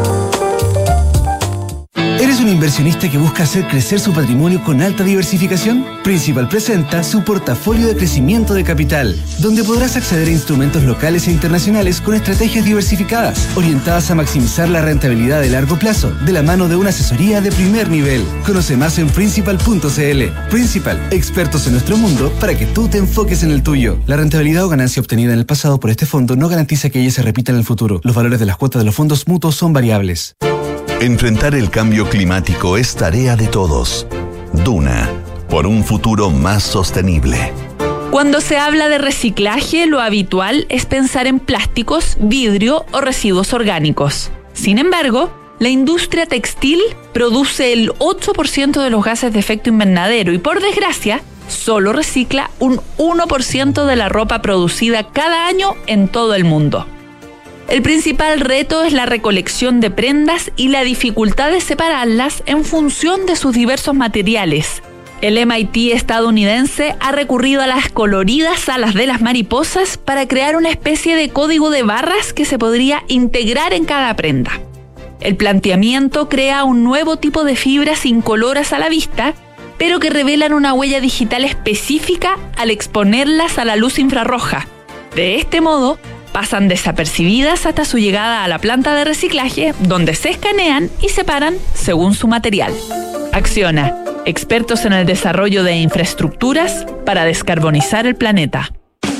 ¿Eres un inversionista que busca hacer crecer su patrimonio con alta diversificación? Principal presenta su portafolio de crecimiento de capital, donde podrás acceder a instrumentos locales e internacionales con estrategias diversificadas, orientadas a maximizar la rentabilidad de largo plazo, de la mano de una asesoría de primer nivel. Conoce más en principal.cl. Principal, expertos en nuestro mundo para que tú te enfoques en el tuyo. La rentabilidad o ganancia obtenida en el pasado por este fondo no garantiza que ella se repita en el futuro. Los valores de las cuotas de los fondos mutuos son variables. Enfrentar el cambio climático es tarea de todos. Duna, por un futuro más sostenible. Cuando se habla de reciclaje, lo habitual es pensar en plásticos, vidrio o residuos orgánicos. Sin embargo, la industria textil produce el 8% de los gases de efecto invernadero y, por desgracia, solo recicla un 1% de la ropa producida cada año en todo el mundo. El principal reto es la recolección de prendas y la dificultad de separarlas en función de sus diversos materiales. El MIT estadounidense ha recurrido a las coloridas alas de las mariposas para crear una especie de código de barras que se podría integrar en cada prenda. El planteamiento crea un nuevo tipo de fibras incoloras a la vista, pero que revelan una huella digital específica al exponerlas a la luz infrarroja. De este modo, pasan desapercibidas hasta su llegada a la planta de reciclaje, donde se escanean y separan según su material. Acciona, expertos en el desarrollo de infraestructuras para descarbonizar el planeta.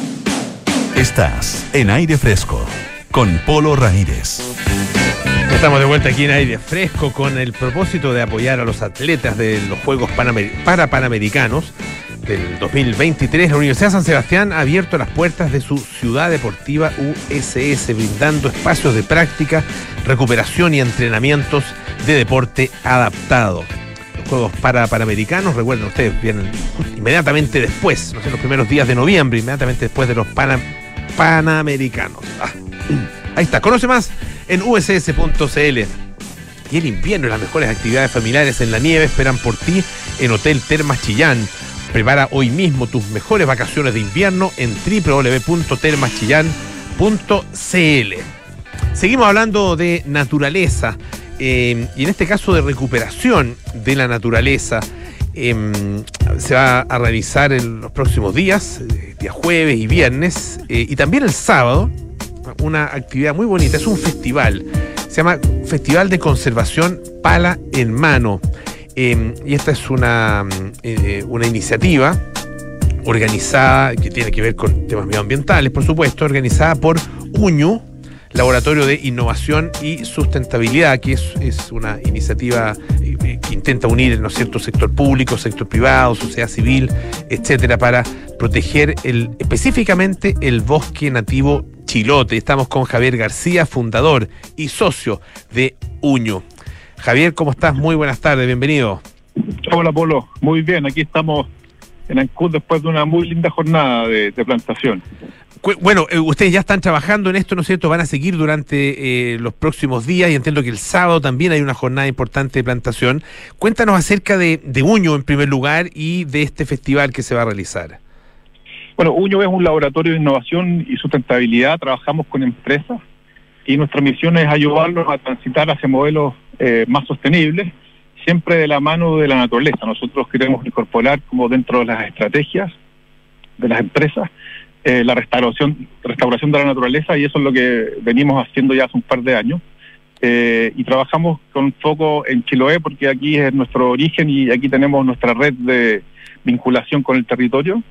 Estás en Aire Fresco con Polo Ramírez. Estamos de vuelta aquí en Aire Fresco con el propósito de apoyar a los atletas de los Juegos Panamericanos del 2023. La Universidad San Sebastián ha abierto las puertas de su ciudad deportiva USS, brindando espacios de práctica, recuperación y entrenamientos de deporte adaptado. Los Juegos Panamericanos, recuerden ustedes, vienen inmediatamente después, no sé, los primeros días de noviembre, inmediatamente después de los Panamericanos. Ahí está, conoce más en uss.cl. Y el invierno y las mejores actividades familiares en la nieve esperan por ti en Hotel Termas Chillán. Prepara hoy mismo tus mejores vacaciones de invierno en www.termaschillan.cl. Seguimos hablando de naturaleza y en este caso de recuperación de la naturaleza. Se va a realizar en los próximos días, día jueves y viernes, y también el sábado, una actividad muy bonita. Es un festival Se llama Festival de Conservación Pala en Mano. Y esta es una iniciativa organizada, que tiene que ver con temas medioambientales, por supuesto, organizada por UÑU, Laboratorio de Innovación y Sustentabilidad, que es una iniciativa que intenta unir, ¿no es cierto?, sector público, sector privado, sociedad civil, etcétera, para proteger específicamente el bosque nativo chilote. Estamos con Javier García, fundador y socio de UÑU. Javier, ¿cómo estás? Muy buenas tardes, bienvenido. Hola, Polo. Muy bien, aquí estamos en Ancud después de una muy linda jornada de plantación. Bueno, ustedes ya están trabajando en esto, ¿no es cierto? Van a seguir durante los próximos días y entiendo que el sábado también hay una jornada importante de plantación. Cuéntanos acerca de UÑU en primer lugar y de este festival que se va a realizar. Bueno, UÑU es un laboratorio de innovación y sustentabilidad. Trabajamos con empresas y nuestra misión es ayudarlos a transitar hacia modelos más sostenibles, siempre de la mano de la naturaleza. Nosotros queremos incorporar como dentro de las estrategias de las empresas la restauración de la naturaleza, y eso es lo que venimos haciendo ya hace un par de años. Y trabajamos con foco en Chiloé porque aquí es nuestro origen y aquí tenemos nuestra red de vinculación con el territorio.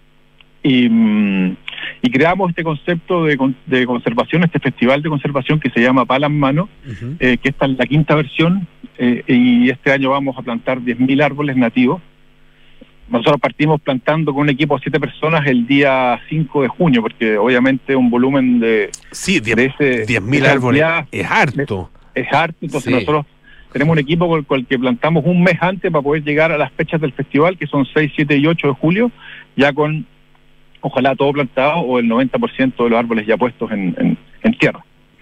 Y creamos este concepto de conservación, este festival de conservación que se llama Pala en Mano, que esta es la quinta versión, y este año vamos a plantar 10.000 árboles nativos. Nosotros partimos plantando con un equipo de 7 personas el día 5 de junio, porque obviamente un volumen de... Sí, 10.000 árboles es harto. Es harto, entonces sí. Nosotros tenemos un equipo con el que plantamos un mes antes para poder llegar a las fechas del festival, que son 6, 7 y 8 de julio, ya con, ojalá, todo plantado o el 90% de los árboles ya puestos en tierra.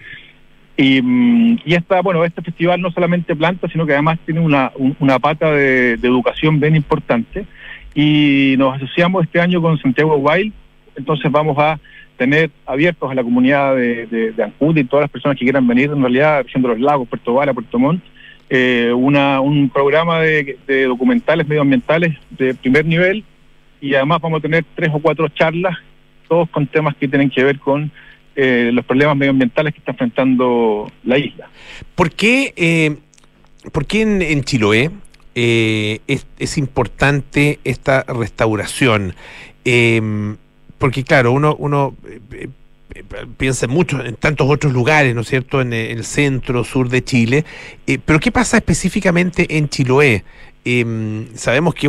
Y este festival no solamente planta, sino que además tiene una pata de educación bien importante, y nos asociamos este año con Santiago Wild. Entonces vamos a tener abiertos a la comunidad de Ancud y todas las personas que quieran venir, en realidad, región de los lagos, Puerto Vara, Puerto Montt, un programa de documentales medioambientales de primer nivel, y además vamos a tener 3 o 4 charlas, todos con temas que tienen que ver con los problemas medioambientales que está enfrentando la isla. ¿Por qué en Chiloé es importante esta restauración? Porque claro, uno piensa en tantos otros lugares, ¿no es cierto?, en el centro, sur de Chile, pero ¿qué pasa específicamente en Chiloé? Sabemos que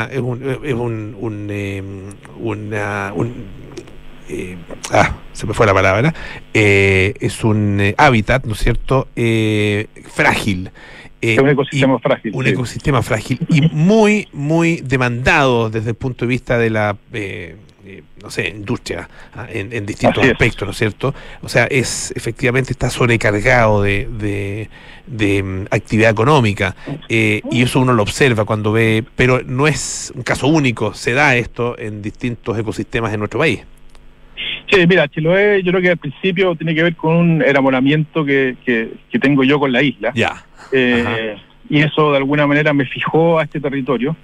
se me fue la palabra, es un hábitat, ¿no es cierto?, frágil. Es un ecosistema frágil. Un ecosistema frágil y muy, muy demandado desde el punto de vista de la, industria, en distintos aspectos, ¿no es cierto? O sea, efectivamente está sobrecargado de actividad económica, y eso uno lo observa cuando ve, pero no es un caso único, se da esto en distintos ecosistemas en nuestro país. Sí, mira, Chiloé yo creo que al principio tiene que ver con un enamoramiento que tengo yo con la isla. Ya. Y eso de alguna manera me fijó a este territorio.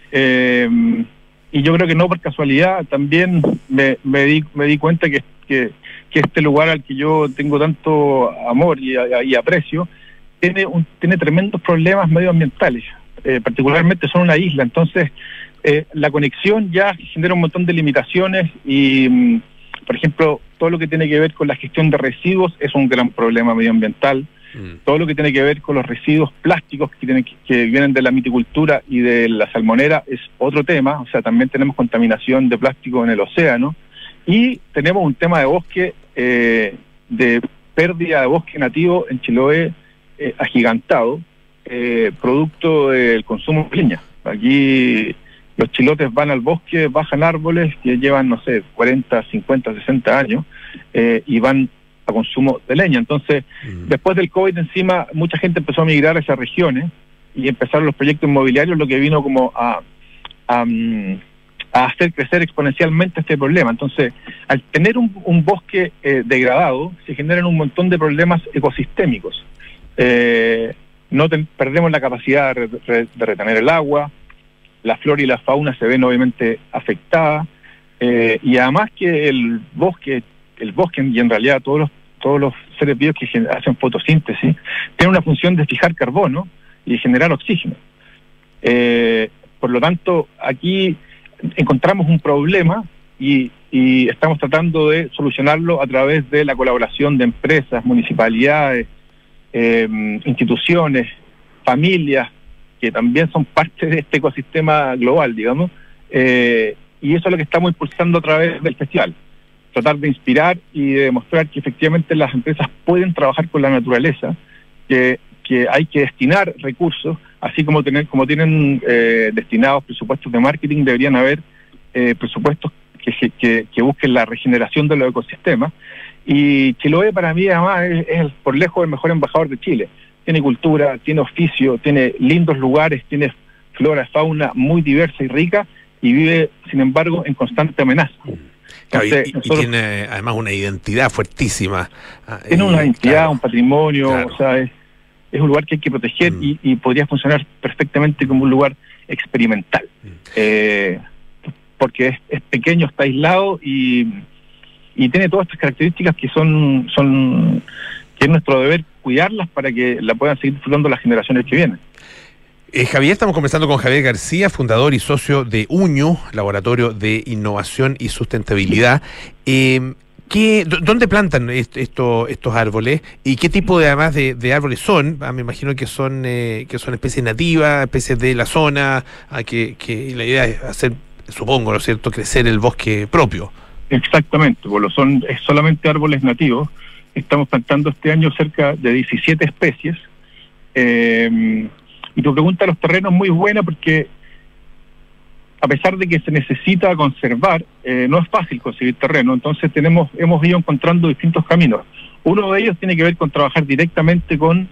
Y yo creo que no por casualidad, también me di cuenta que este lugar al que yo tengo tanto amor y aprecio, tiene tremendos problemas medioambientales. Particularmente son una isla, entonces la conexión ya genera un montón de limitaciones y... Por ejemplo, todo lo que tiene que ver con la gestión de residuos es un gran problema medioambiental. Todo lo que tiene que ver con los residuos plásticos que vienen de la miticultura y de la salmonera es otro tema. O sea, también tenemos contaminación de plástico en el océano. Y tenemos un tema de bosque, de pérdida de bosque nativo en Chiloé agigantado, producto del consumo de leña. Aquí... Los chilotes van al bosque, bajan árboles que llevan, 40, 50, 60 años, y van a consumo de leña. Entonces, después del COVID encima, mucha gente empezó a migrar a esas regiones y empezaron los proyectos inmobiliarios, lo que vino como a hacer crecer exponencialmente este problema. Entonces, al tener un bosque degradado, se generan un montón de problemas ecosistémicos. Perdemos la capacidad de retener el agua, la flora y la fauna se ven obviamente afectadas, y además que el bosque y en realidad todos todos los seres vivos que hacen fotosíntesis, tienen una función de fijar carbono y de generar oxígeno. Por lo tanto, aquí encontramos un problema y estamos tratando de solucionarlo a través de la colaboración de empresas, municipalidades, instituciones, familias, que también son parte de este ecosistema global, digamos, y eso es lo que estamos impulsando a través del festival. Tratar de inspirar y de demostrar que efectivamente las empresas pueden trabajar con la naturaleza, que hay que destinar recursos, así como tienen destinados presupuestos de marketing, deberían haber presupuestos que busquen la regeneración de los ecosistemas. Y Chiloé para mí además es por lejos el mejor embajador de Chile. Tiene cultura, tiene oficio, tiene lindos lugares, tiene flora, fauna muy diversa y rica, y vive, sin embargo, en constante amenaza. Entonces, y tiene además una identidad fuertísima. Tiene una identidad, claro, un patrimonio, claro. O sea, es un lugar que hay que proteger y podría funcionar perfectamente como un lugar experimental. Porque es pequeño, está aislado y tiene todas estas características que que es nuestro deber cuidarlas para que la puedan seguir disfrutando las generaciones que vienen. Javier, estamos conversando con Javier García, fundador y socio de UÑU, Laboratorio de Innovación y Sustentabilidad. ¿Dónde plantan estos árboles y qué tipo además de árboles son? Me imagino que son especies nativas, especies de la zona, que la idea es hacer, supongo, ¿no es cierto?, crecer el bosque propio. Exactamente, es solamente árboles nativos. Estamos plantando este año cerca de 17 especies. Y tu pregunta a los terrenos es muy buena porque a pesar de que se necesita conservar, no es fácil conseguir terreno. Entonces hemos ido encontrando distintos caminos. Uno de ellos tiene que ver con trabajar directamente con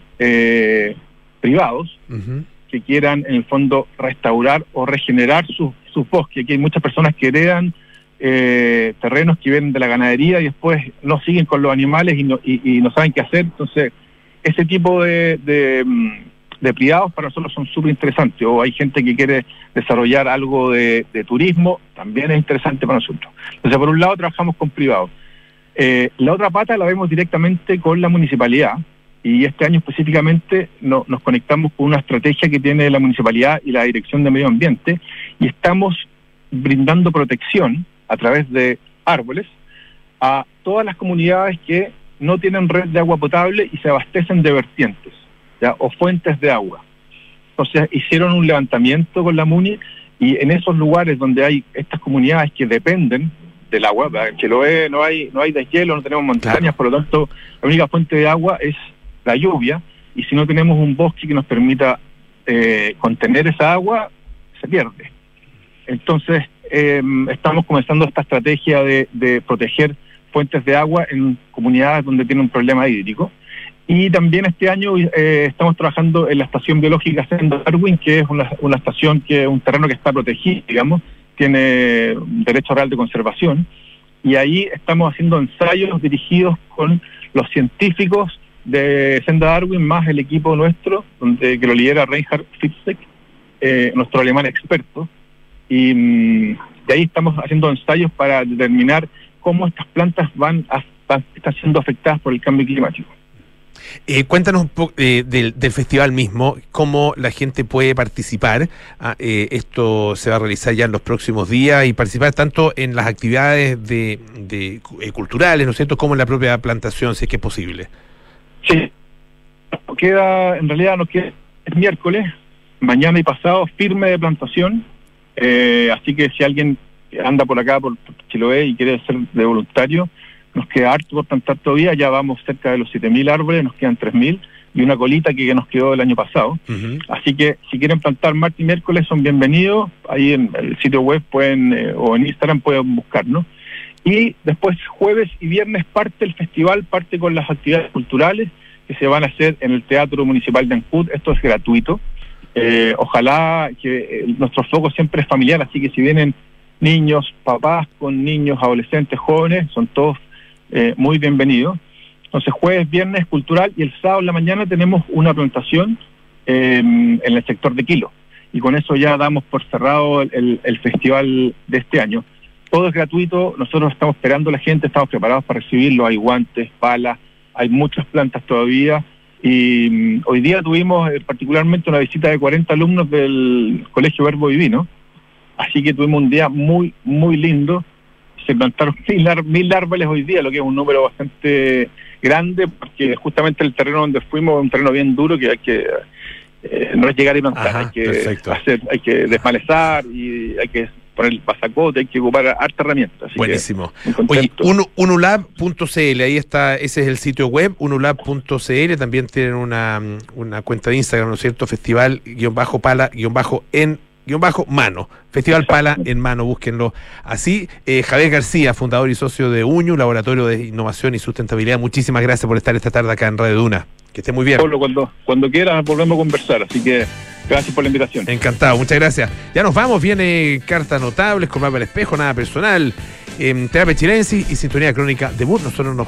privados que quieran en el fondo restaurar o regenerar sus bosques. Aquí hay muchas personas que heredan terrenos que vienen de la ganadería y después no siguen con los animales y no saben qué hacer. Entonces ese tipo de privados para nosotros son súper interesantes. O hay gente que quiere desarrollar algo de turismo, también es interesante para nosotros. Entonces, por un lado trabajamos con privados. La otra pata la vemos directamente con la municipalidad, y este año específicamente nos conectamos con una estrategia que tiene la municipalidad y la Dirección de Medio Ambiente, y estamos brindando protección a través de árboles a todas las comunidades que no tienen red de agua potable y se abastecen de vertientes, ¿ya?, o fuentes de agua. Entonces hicieron un levantamiento con la MUNI, y en esos lugares donde hay estas comunidades que dependen del agua, ¿verdad? En Chiloé no hay deshielo, no tenemos montañas, claro. Por lo tanto la única fuente de agua es la lluvia, y si no tenemos un bosque que nos permita contener esa agua, se pierde. Entonces estamos comenzando esta estrategia de proteger fuentes de agua en comunidades donde tienen un problema hídrico. Y también este año estamos trabajando en la estación biológica Senda Darwin, que es una estación un terreno que está protegido, digamos, tiene derecho real de conservación, y ahí estamos haciendo ensayos dirigidos con los científicos de Senda Darwin más el equipo nuestro, que lo lidera Reinhard Fitzek, nuestro alemán experto, y de ahí estamos haciendo ensayos para determinar cómo estas plantas están siendo afectadas por el cambio climático. Cuéntanos un poco del festival mismo, cómo la gente puede participar. Esto se va a realizar ya en los próximos días, y participar tanto en las actividades culturales, ¿no es cierto?, como en la propia plantación, si es que es posible. Sí, en realidad nos queda el miércoles, mañana y pasado, firme de plantación, así que si alguien anda por acá, por Chiloé, y quiere ser de voluntario, nos queda harto por plantar todavía. Ya vamos cerca de los 7.000 árboles, nos quedan 3.000 y una colita que nos quedó el año pasado. Así que si quieren plantar martes y miércoles son bienvenidos. Ahí en el sitio web o en Instagram pueden buscarnos. Y después jueves y viernes el festival parte con las actividades culturales que se van a hacer en el Teatro Municipal de Ancud. Esto es gratuito. Ojalá que nuestro foco siempre es familiar, así que si vienen niños, papás con niños, adolescentes, jóvenes, son todos muy bienvenidos. Entonces jueves, viernes cultural, y el sábado en la mañana tenemos una presentación en el sector de Quilo, y con eso ya damos por cerrado el festival de este año. Todo es gratuito, nosotros estamos esperando a la gente, estamos preparados para recibirlo, hay guantes, palas, hay muchas plantas todavía, y hoy día tuvimos particularmente una visita de 40 alumnos del Colegio Verbo Divino, así que tuvimos un día muy, muy lindo. Se plantaron 1000 árboles hoy día, lo que es un número bastante grande, porque justamente el terreno donde fuimos es un terreno bien duro que hay que no es llegar y plantar. Ajá, hay que desmalezar y hay que poner el pasacote, hay que ocupar harta herramienta. Buenísimo. Oye, unulab.cl, ahí está, ese es el sitio web, unulab.cl, también tienen una cuenta de Instagram, ¿no es cierto? Festival-pala-en-mano. Festival Pala en Mano, búsquenlo así. Javier García, fundador y socio de UñU, Laboratorio de Innovación y Sustentabilidad. Muchísimas gracias por estar esta tarde acá en Radio Duna. Que esté muy bien. Pablo, cuando quieras volvemos a conversar, así que gracias por la invitación. Encantado, muchas gracias. Ya nos vamos, viene Cartas Notables, con Mapa al Espejo, Nada Personal, Terapia Chilensis y Sintonía Crónica Debut. Nosotros nos